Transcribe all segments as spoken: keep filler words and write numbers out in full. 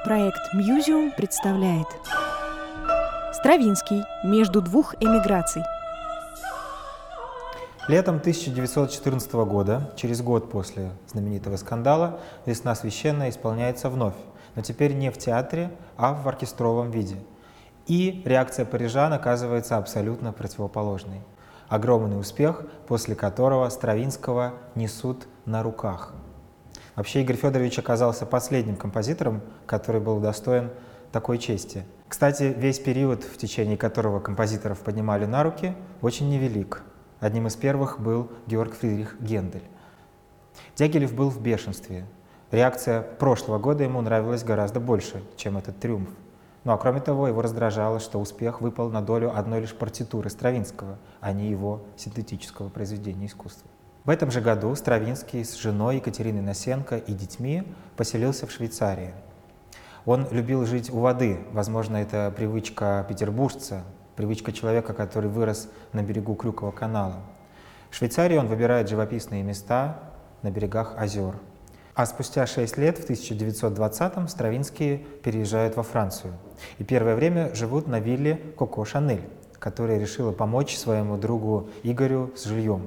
Проект «Мьюзиум» представляет Стравинский «Между двух эмиграций». Летом тысяча девятьсот четырнадцатого года, через год после знаменитого скандала, «Весна священная» исполняется вновь, но теперь не в театре, а в оркестровом виде. И реакция парижан оказывается абсолютно противоположной. Огромный успех, после которого Стравинского несут на руках. Вообще Игорь Федорович оказался последним композитором, который был удостоен такой чести. Кстати, весь период, в течение которого композиторов поднимали на руки, очень невелик. Одним из первых был Георг Фридрих Гендель. Дягилев был в бешенстве. Реакция прошлого года ему нравилась гораздо больше, чем этот триумф. Ну а кроме того, его раздражало, что успех выпал на долю одной лишь партитуры Стравинского, а не его синтетического произведения искусства. В этом же году Стравинский с женой Екатериной Насенко и детьми поселился в Швейцарии. Он любил жить у воды, возможно, это привычка петербуржца, привычка человека, который вырос на берегу Крюкова канала. В Швейцарии он выбирает живописные места на берегах озер. А спустя шесть лет, в тысяча девятьсот двадцатом, Стравинские переезжают во Францию. И первое время живут на вилле Коко Шанель, которая решила помочь своему другу Игорю с жильем.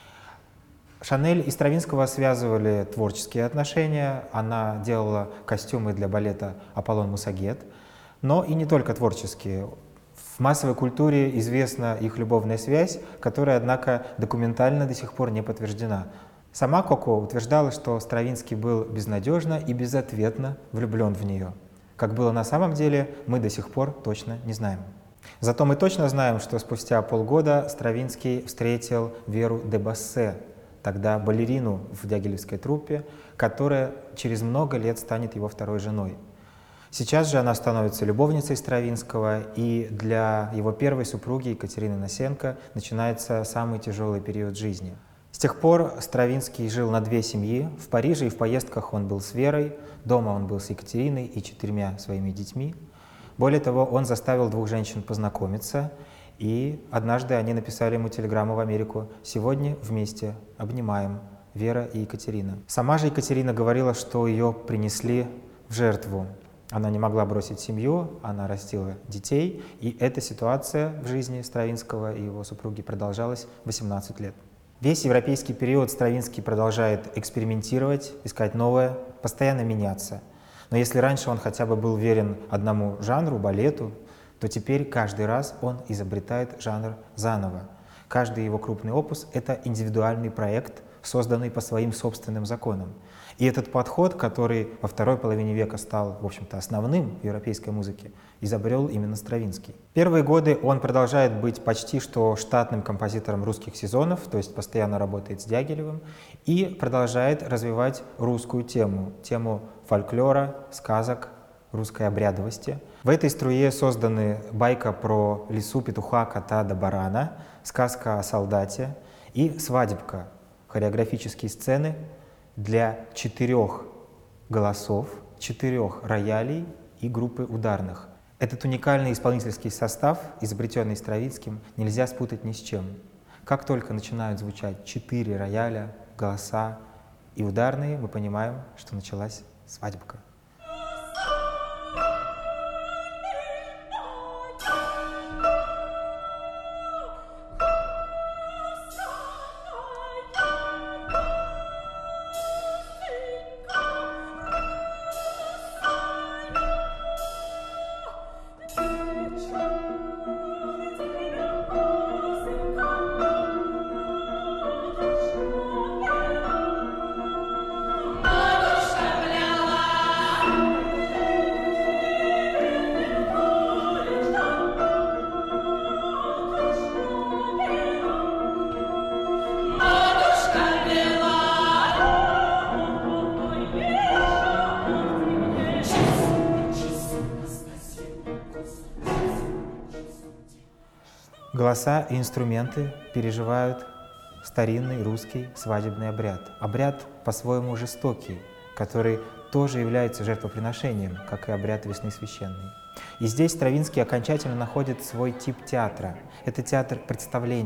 Шанель и Стравинского связывали творческие отношения, она делала костюмы для балета «Аполлон Мусагет», но и не только творческие. В массовой культуре известна их любовная связь, которая, однако, документально до сих пор не подтверждена. Сама Коко утверждала, что Стравинский был безнадежно и безответно влюблен в нее. Как было на самом деле, мы до сих пор точно не знаем. Зато мы точно знаем, что спустя полгода Стравинский встретил Веру де Бассе, тогда балерину в дягилевской труппе, которая через много лет станет его второй женой. Сейчас же она становится любовницей Стравинского, и для его первой супруги Екатерины Насенко начинается самый тяжелый период жизни. С тех пор Стравинский жил на две семьи. В Париже и в поездках он был с Верой, дома он был с Екатериной и четырьмя своими детьми. Более того, он заставил двух женщин познакомиться, и однажды они написали ему телеграмму в Америку: «Сегодня вместе обнимаем, Вера и Екатерина». Сама же Екатерина говорила, что ее принесли в жертву. Она не могла бросить семью, она растила детей, и эта ситуация в жизни Стравинского и его супруги продолжалась восемнадцать лет. Весь европейский период Стравинский продолжает экспериментировать, искать новое, постоянно меняться. Но если раньше он хотя бы был верен одному жанру, балету, то теперь каждый раз он изобретает жанр заново. Каждый его крупный опус — это индивидуальный проект, созданный по своим собственным законам. И этот подход, который во второй половине века стал, в общем-то, основным в европейской музыке, изобрел именно Стравинский. Первые годы он продолжает быть почти что штатным композитором русских сезонов, то есть постоянно работает с Дягилевым, и продолжает развивать русскую тему, тему фольклора, сказок, русской обрядовости. В этой струе созданы байка про лису, петуха, кота да барана, сказка о солдате и свадебка, хореографические сцены для четырех голосов, четырех роялей и группы ударных. Этот уникальный исполнительский состав, изобретенный Стравинским, нельзя спутать ни с чем. Как только начинают звучать четыре рояля, голоса и ударные, мы понимаем, что началась свадебка. Голоса и инструменты переживают старинный русский свадебный обряд. Обряд по-своему жестокий, который тоже является жертвоприношением, как и обряд весны священной. И здесь Стравинский окончательно находит свой тип театра. Это театр представления.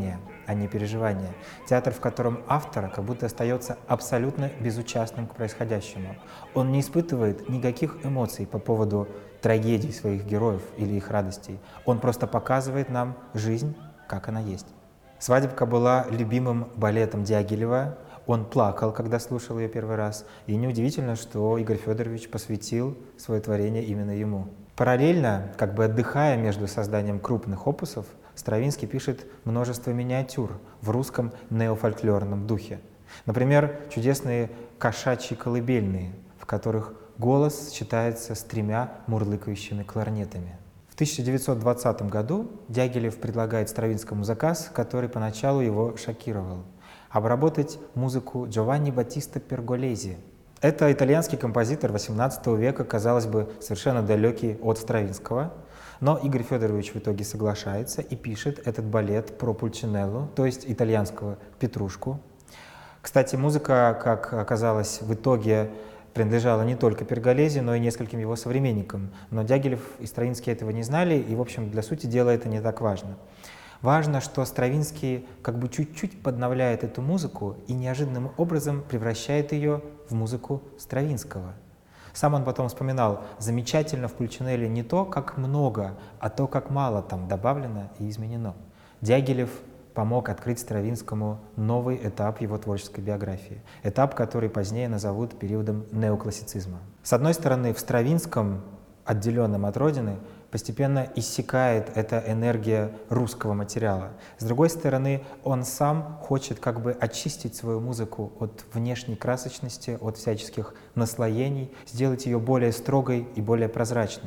а не переживания. Театр, в котором автор как будто остается абсолютно безучастным к происходящему. Он не испытывает никаких эмоций по поводу трагедий своих героев или их радостей. Он просто показывает нам жизнь, как она есть. «Свадебка» была любимым балетом Дягилева. Он плакал, когда слушал ее первый раз. И неудивительно, что Игорь Федорович посвятил свое творение именно ему. Параллельно, как бы отдыхая между созданием крупных опусов, Стравинский пишет множество миниатюр в русском неофольклорном духе. Например, чудесные кошачьи колыбельные, в которых голос сочетается с тремя мурлыкающими кларнетами. В тысяча девятьсот двадцатом году Дягилев предлагает Стравинскому заказ, который поначалу его шокировал — обработать музыку Джованни Баттиста Перголези. Это итальянский композитор восемнадцатого века, казалось бы, совершенно далекий от Стравинского, но Игорь Федорович в итоге соглашается и пишет этот балет про Пульчинеллу, то есть итальянского Петрушку. Кстати, музыка, как оказалось, в итоге принадлежала не только Перголези, но и нескольким его современникам. Но Дягилев и Стравинский этого не знали, и, в общем, для сути дела это не так важно. Важно, что Стравинский как бы чуть-чуть подновляет эту музыку и неожиданным образом превращает ее в музыку Стравинского. Сам он потом вспоминал: замечательно в Пульчинелле не то, как много, а то, как мало там добавлено и изменено. Дягилев помог открыть Стравинскому новый этап его творческой биографии. Этап, который позднее назовут периодом неоклассицизма. С одной стороны, в Стравинском, отделенном от родины, постепенно иссякает эта энергия русского материала. С другой стороны, он сам хочет как бы очистить свою музыку от внешней красочности, от всяческих наслоений, сделать ее более строгой и более прозрачной.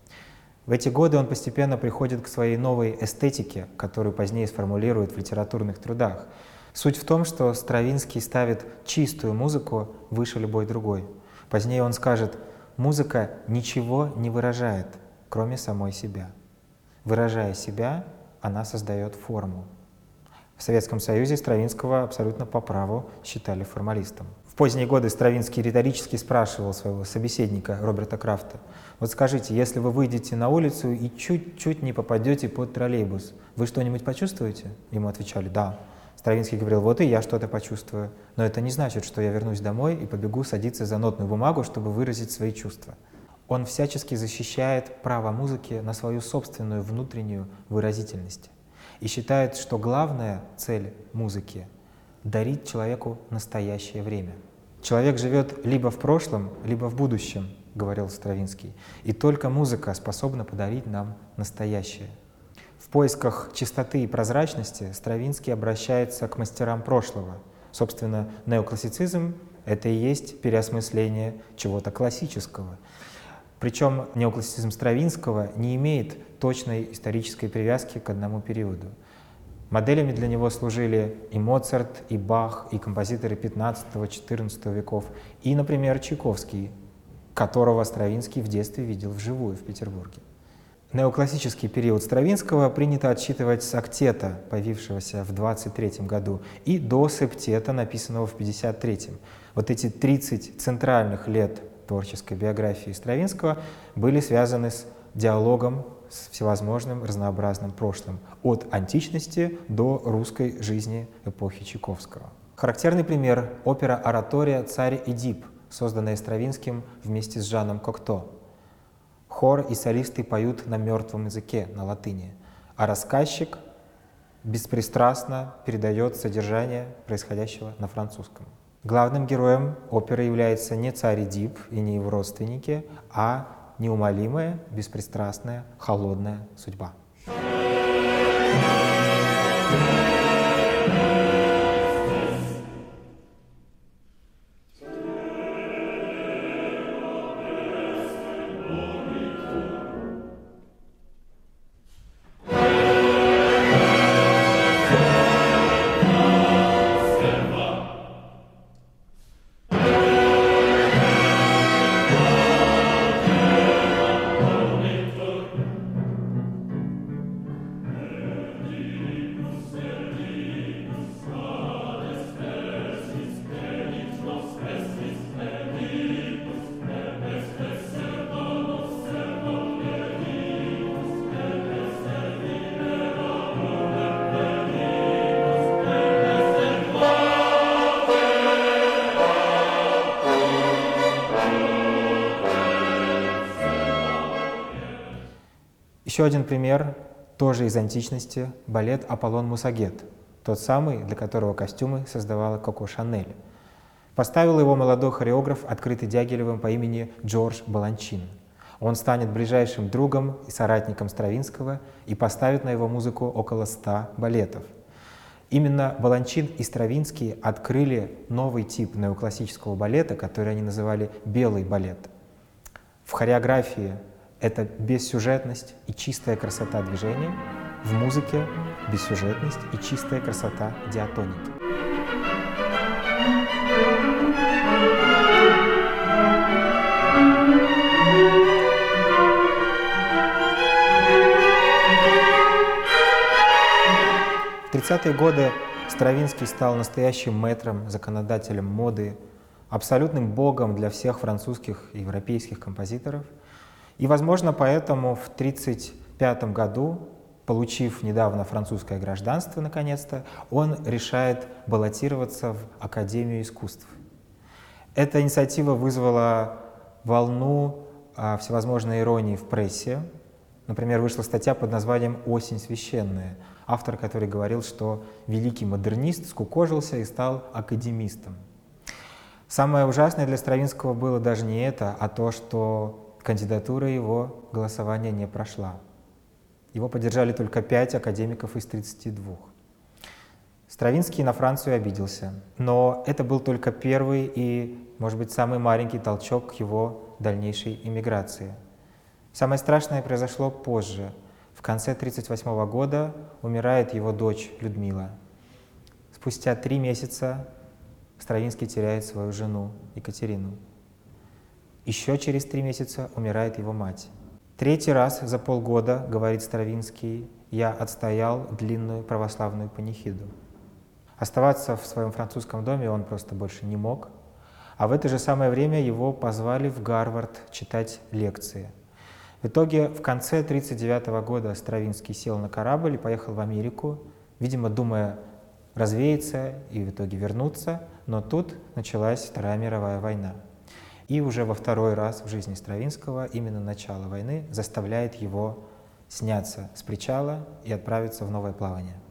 В эти годы он постепенно приходит к своей новой эстетике, которую позднее сформулирует в литературных трудах. Суть в том, что Стравинский ставит чистую музыку выше любой другой. Позднее он скажет: «Музыка ничего не выражает, кроме самой себя. Выражая себя, она создает форму». В Советском Союзе Стравинского абсолютно по праву считали формалистом. В поздние годы Стравинский риторически спрашивал своего собеседника Роберта Крафта: «Вот скажите, если вы выйдете на улицу и чуть-чуть не попадете под троллейбус, вы что-нибудь почувствуете?» Ему отвечали: «Да». Стравинский говорил: «Вот и я что-то почувствую, но это не значит, что я вернусь домой и побегу садиться за нотную бумагу, чтобы выразить свои чувства». Он всячески защищает право музыки на свою собственную внутреннюю выразительность и считает, что главная цель музыки — дарить человеку настоящее время. «Человек живет либо в прошлом, либо в будущем», — говорил Стравинский, «и только музыка способна подарить нам настоящее». В поисках чистоты и прозрачности Стравинский обращается к мастерам прошлого. Собственно, неоклассицизм — это и есть переосмысление чего-то классического. Причем неоклассицизм Стравинского не имеет точной исторической привязки к одному периоду. Моделями для него служили и Моцарт, и Бах, и композиторы пятнадцатого-четырнадцатого веков, и, например, Чайковский, которого Стравинский в детстве видел вживую в Петербурге. Неоклассический период Стравинского принято отсчитывать с октета, появившегося в двадцать третьем году, и до септета, написанного в пятьдесят третьем. Вот эти тридцать центральных лет творческой биографии Стравинского были связаны с диалогом с всевозможным разнообразным прошлым, от античности до русской жизни эпохи Чайковского. Характерный пример — опера-оратория «Царь Эдип», созданная Стравинским вместе с Жаном Кокто. Хор и солисты поют на мертвом языке, на латыни, а рассказчик беспристрастно передает содержание происходящего на французском. Главным героем оперы является не царь Эдип и не его родственники, а неумолимая, беспристрастная, холодная судьба. Еще один пример, тоже из античности, балет «Аполлон Мусагет», тот самый, для которого костюмы создавала Коко Шанель. Поставил его молодой хореограф, открытый Дягилевым по имени Джордж Баланчин. Он станет ближайшим другом и соратником Стравинского и поставит на его музыку около ста балетов. Именно Баланчин и Стравинский открыли новый тип неоклассического балета, который они называли «белый балет». В хореографии это бессюжетность и чистая красота движения, в музыке бессюжетность и чистая красота диатоники. В тридцатые годы Стравинский стал настоящим мэтром, законодателем моды, абсолютным богом для всех французских и европейских композиторов. И, возможно, поэтому в тридцать пятом году, получив недавно французское гражданство, наконец-то, он решает баллотироваться в Академию искусств. Эта инициатива вызвала волну а, всевозможной иронии в прессе. Например, вышла статья под названием «Осень священная», автор который говорил, что великий модернист скукожился и стал академистом. Самое ужасное для Стравинского было даже не это, а то, что кандидатура его голосования не прошла. Его поддержали только пять академиков из тридцати двух. Стравинский на Францию обиделся, но это был только первый и, может быть, самый маленький толчок к его дальнейшей эмиграции. Самое страшное произошло позже. В конце тридцать восьмого года умирает его дочь Людмила. Спустя три месяца Стравинский теряет свою жену Екатерину. Еще через три месяца умирает его мать. Третий раз за полгода, говорит Стравинский, я отстоял длинную православную панихиду. Оставаться в своем французском доме он просто больше не мог, а в это же самое время его позвали в Гарвард читать лекции. В итоге в конце тридцать девятого года Стравинский сел на корабль и поехал в Америку, видимо, думая развеяться и в итоге вернуться, но тут началась Вторая мировая война. И уже во второй раз в жизни Стравинского именно начало войны заставляет его сняться с причала и отправиться в новое плавание.